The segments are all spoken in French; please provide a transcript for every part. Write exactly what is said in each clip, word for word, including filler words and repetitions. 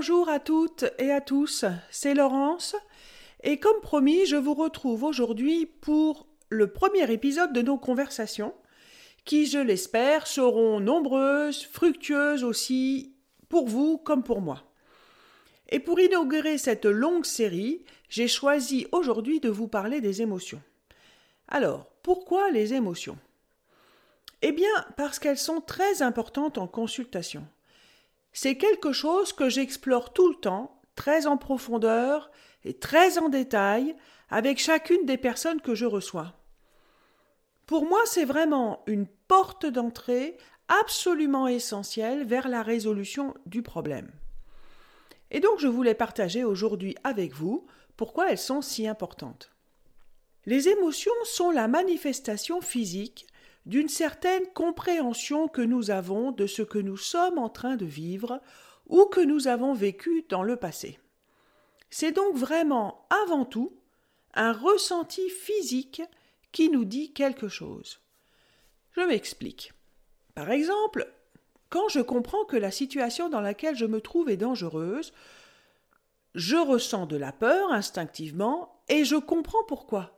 Bonjour à toutes et à tous, c'est Laurence et comme promis, je vous retrouve aujourd'hui pour le premier épisode de nos conversations qui, je l'espère, seront nombreuses, fructueuses aussi pour vous comme pour moi. Et pour inaugurer cette longue série, j'ai choisi aujourd'hui de vous parler des émotions. Alors, pourquoi les émotions ? Eh bien, parce qu'elles sont très importantes en consultation. C'est quelque chose que j'explore tout le temps, très en profondeur et très en détail, avec chacune des personnes que je reçois. Pour moi, c'est vraiment une porte d'entrée absolument essentielle vers la résolution du problème. Et donc, je voulais partager aujourd'hui avec vous pourquoi elles sont si importantes. Les émotions sont la manifestation physique d'une certaine compréhension que nous avons de ce que nous sommes en train de vivre ou que nous avons vécu dans le passé. C'est donc vraiment, avant tout, un ressenti physique qui nous dit quelque chose. Je m'explique. Par exemple, quand je comprends que la situation dans laquelle je me trouve est dangereuse, je ressens de la peur instinctivement et je comprends pourquoi.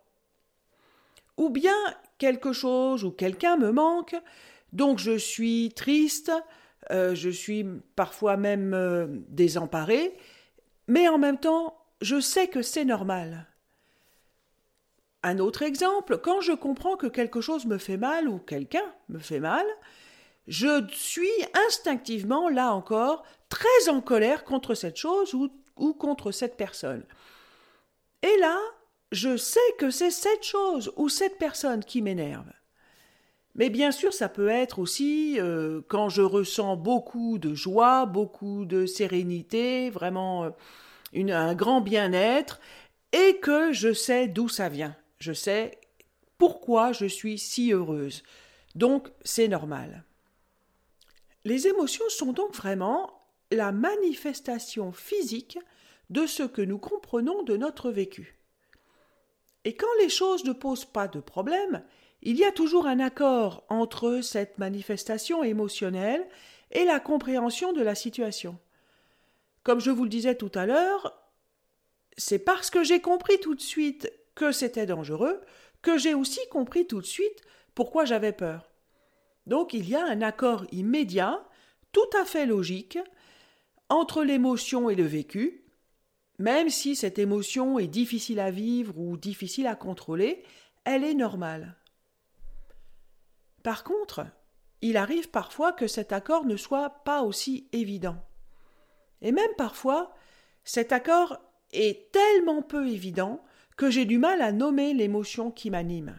Ou bien quelque chose ou quelqu'un me manque, donc je suis triste, euh, je suis parfois même euh, désemparée, mais en même temps, je sais que c'est normal. Un autre exemple, quand je comprends que quelque chose me fait mal ou quelqu'un me fait mal, je suis instinctivement, là encore, très en colère contre cette chose ou, ou contre cette personne. Et là, je sais que c'est cette chose ou cette personne qui m'énerve. Mais bien sûr, ça peut être aussi euh, quand je ressens beaucoup de joie, beaucoup de sérénité, vraiment euh, une, un grand bien-être, et que je sais d'où ça vient. Je sais pourquoi je suis si heureuse. Donc, c'est normal. Les émotions sont donc vraiment la manifestation physique de ce que nous comprenons de notre vécu. Et quand les choses ne posent pas de problème, il y a toujours un accord entre cette manifestation émotionnelle et la compréhension de la situation. Comme je vous le disais tout à l'heure, c'est parce que j'ai compris tout de suite que c'était dangereux que j'ai aussi compris tout de suite pourquoi j'avais peur. Donc il y a un accord immédiat, tout à fait logique, entre l'émotion et le vécu. Même si cette émotion est difficile à vivre ou difficile à contrôler, elle est normale. Par contre, il arrive parfois que cet accord ne soit pas aussi évident. Et même parfois, cet accord est tellement peu évident que j'ai du mal à nommer l'émotion qui m'anime.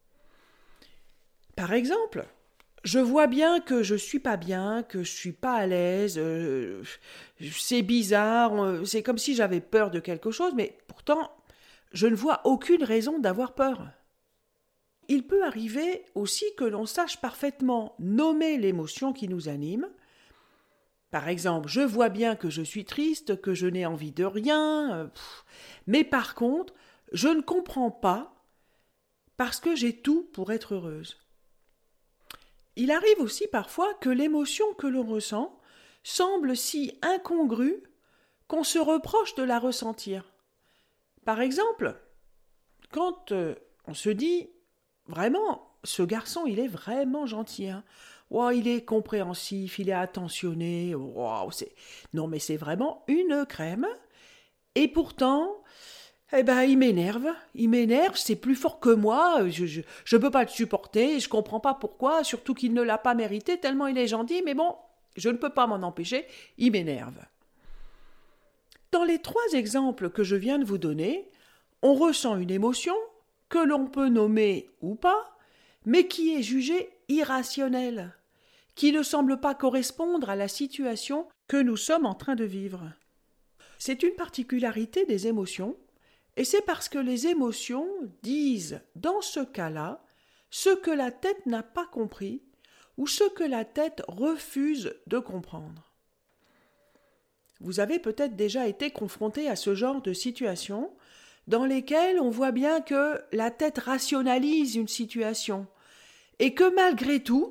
Par exemple, je vois bien que je suis pas bien, que je suis pas à l'aise, euh, c'est bizarre, euh, c'est comme si j'avais peur de quelque chose, mais pourtant, je ne vois aucune raison d'avoir peur. Il peut arriver aussi que l'on sache parfaitement nommer l'émotion qui nous anime. Par exemple, je vois bien que je suis triste, que je n'ai envie de rien, euh, pff, mais par contre, je ne comprends pas parce que j'ai tout pour être heureuse. Il arrive aussi parfois que l'émotion que l'on ressent semble si incongrue qu'on se reproche de la ressentir. Par exemple, quand euh, on se dit « Vraiment, ce garçon, il est vraiment gentil, hein. Wow, il est compréhensif, il est attentionné. Wow, c'est... Non, mais c'est vraiment une crème. Et pourtant... » Eh ben, il m'énerve, il m'énerve, c'est plus fort que moi, je je, je peux pas le supporter, je comprends pas pourquoi, surtout qu'il ne l'a pas mérité tellement il est gentil, mais bon, je ne peux pas m'en empêcher, il m'énerve. Dans les trois exemples que je viens de vous donner, on ressent une émotion que l'on peut nommer ou pas, mais qui est jugée irrationnelle, qui ne semble pas correspondre à la situation que nous sommes en train de vivre. C'est une particularité des émotions. Et c'est parce que les émotions disent, dans ce cas-là, ce que la tête n'a pas compris ou ce que la tête refuse de comprendre. Vous avez peut-être déjà été confronté à ce genre de situation dans lesquelles on voit bien que la tête rationalise une situation et que malgré tout,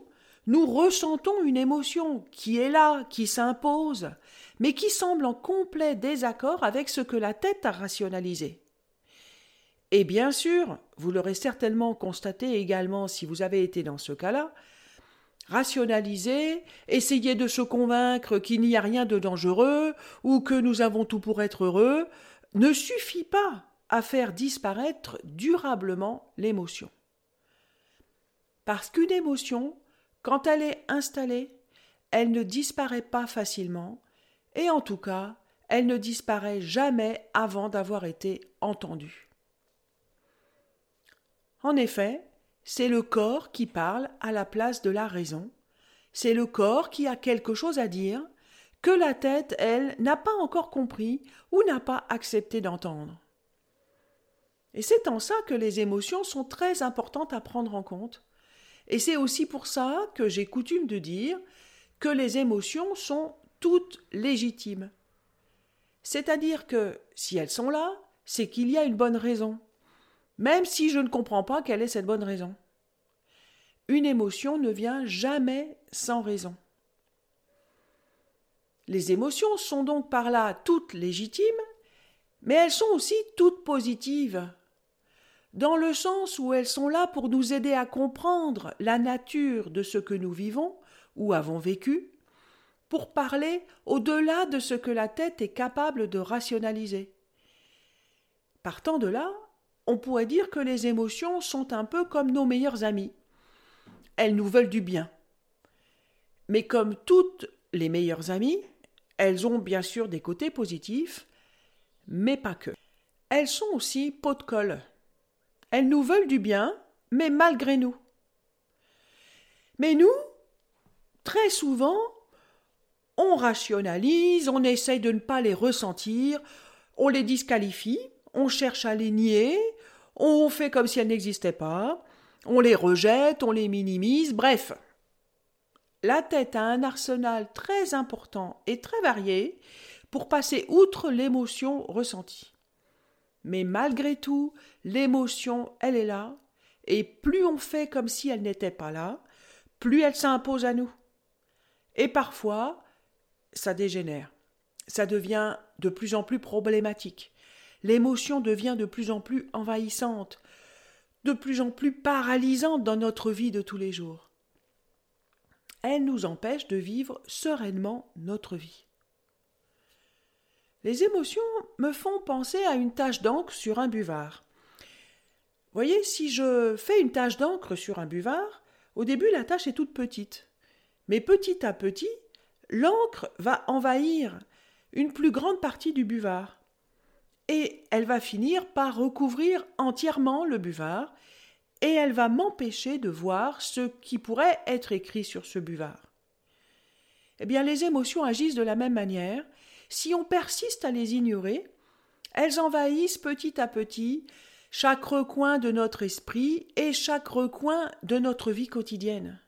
nous ressentons une émotion qui est là, qui s'impose, mais qui semble en complet désaccord avec ce que la tête a rationalisé. Et bien sûr, vous l'aurez certainement constaté également si vous avez été dans ce cas-là, rationaliser, essayer de se convaincre qu'il n'y a rien de dangereux ou que nous avons tout pour être heureux, ne suffit pas à faire disparaître durablement l'émotion. Parce qu'une émotion, quand elle est installée, elle ne disparaît pas facilement, et en tout cas, elle ne disparaît jamais avant d'avoir été entendue. En effet, c'est le corps qui parle à la place de la raison, c'est le corps qui a quelque chose à dire que la tête, elle, n'a pas encore compris ou n'a pas accepté d'entendre. Et c'est en ça que les émotions sont très importantes à prendre en compte. Et c'est aussi pour ça que j'ai coutume de dire que les émotions sont toutes légitimes. C'est-à-dire que si elles sont là, c'est qu'il y a une bonne raison, même si je ne comprends pas quelle est cette bonne raison. Une émotion ne vient jamais sans raison. Les émotions sont donc par là toutes légitimes, mais elles sont aussi toutes positives, dans le sens où elles sont là pour nous aider à comprendre la nature de ce que nous vivons ou avons vécu, pour parler au-delà de ce que la tête est capable de rationaliser. Partant de là, on pourrait dire que les émotions sont un peu comme nos meilleurs amis. Elles nous veulent du bien. Mais comme toutes les meilleures amies, elles ont bien sûr des côtés positifs, mais pas que. Elles sont aussi pot de colle. Elles nous veulent du bien, mais malgré nous. Mais nous, très souvent, on rationalise, on essaye de ne pas les ressentir, on les disqualifie, on cherche à les nier, on fait comme si elles n'existaient pas, on les rejette, on les minimise, bref. La tête a un arsenal très important et très varié pour passer outre l'émotion ressentie. Mais malgré tout, l'émotion, elle est là, et plus on fait comme si elle n'était pas là, plus elle s'impose à nous. Et parfois, ça dégénère. Ça devient de plus en plus problématique. L'émotion devient de plus en plus envahissante, de plus en plus paralysante dans notre vie de tous les jours. Elle nous empêche de vivre sereinement notre vie. Les émotions me font penser à une tache d'encre sur un buvard. Vous voyez, si je fais une tache d'encre sur un buvard, au début la tache est toute petite. Mais petit à petit, l'encre va envahir une plus grande partie du buvard. Et elle va finir par recouvrir entièrement le buvard, et elle va m'empêcher de voir ce qui pourrait être écrit sur ce buvard. Eh bien, les émotions agissent de la même manière. Si on persiste à les ignorer, elles envahissent petit à petit chaque recoin de notre esprit et chaque recoin de notre vie quotidienne.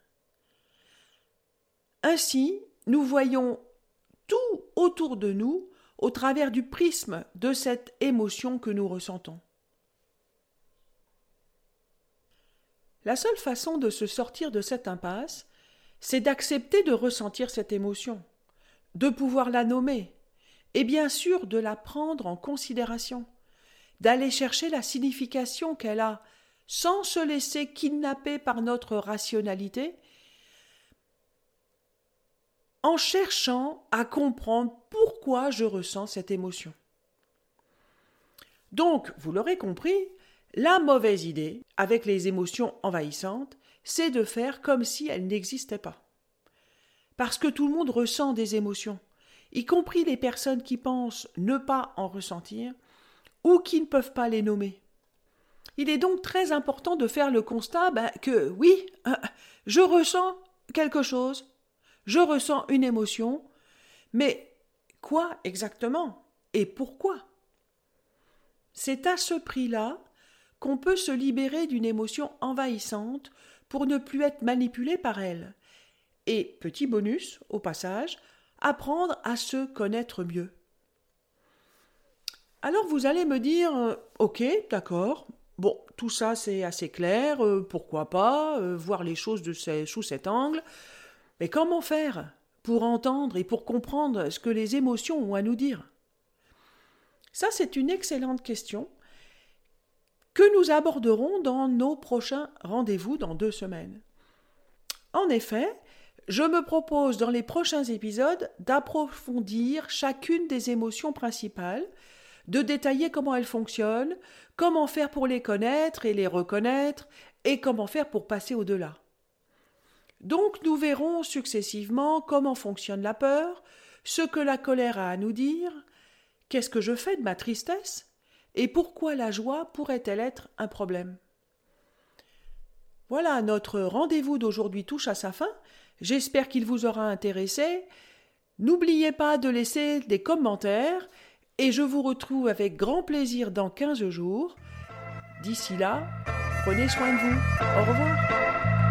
Ainsi, nous voyons tout autour de nous au travers du prisme de cette émotion que nous ressentons. La seule façon de se sortir de cette impasse, c'est d'accepter de ressentir cette émotion, de pouvoir la nommer, et bien sûr de la prendre en considération, d'aller chercher la signification qu'elle a, sans se laisser kidnapper par notre rationalité, en cherchant à comprendre pourquoi je ressens cette émotion. Donc, vous l'aurez compris, la mauvaise idée, avec les émotions envahissantes, c'est de faire comme si elles n'existaient pas. Parce que tout le monde ressent des émotions, y compris les personnes qui pensent ne pas en ressentir ou qui ne peuvent pas les nommer. Il est donc très important de faire le constat ben, que oui, je ressens quelque chose, je ressens une émotion, mais quoi exactement et pourquoi ? C'est à ce prix-là qu'on peut se libérer d'une émotion envahissante pour ne plus être manipulé par elle. Et, petit bonus, au passage, apprendre à se connaître mieux. Alors vous allez me dire, euh, ok, d'accord, Bon, tout ça c'est assez clair, euh, pourquoi pas, euh, voir les choses de ce- sous cet angle. Mais comment faire pour entendre et pour comprendre ce que les émotions ont à nous dire? Ça, c'est une excellente question que nous aborderons dans nos prochains rendez-vous dans deux semaines. En effet, je me propose dans les prochains épisodes d'approfondir chacune des émotions principales, de détailler comment elles fonctionnent, comment faire pour les connaître et les reconnaître, et comment faire pour passer au-delà. Donc nous verrons successivement comment fonctionne la peur, ce que la colère a à nous dire, qu'est-ce que je fais de ma tristesse, et pourquoi la joie pourrait-elle être un problème. Voilà, notre rendez-vous d'aujourd'hui touche à sa fin. J'espère qu'il vous aura intéressé. N'oubliez pas de laisser des commentaires et je vous retrouve avec grand plaisir dans quinze jours. D'ici là, prenez soin de vous. Au revoir.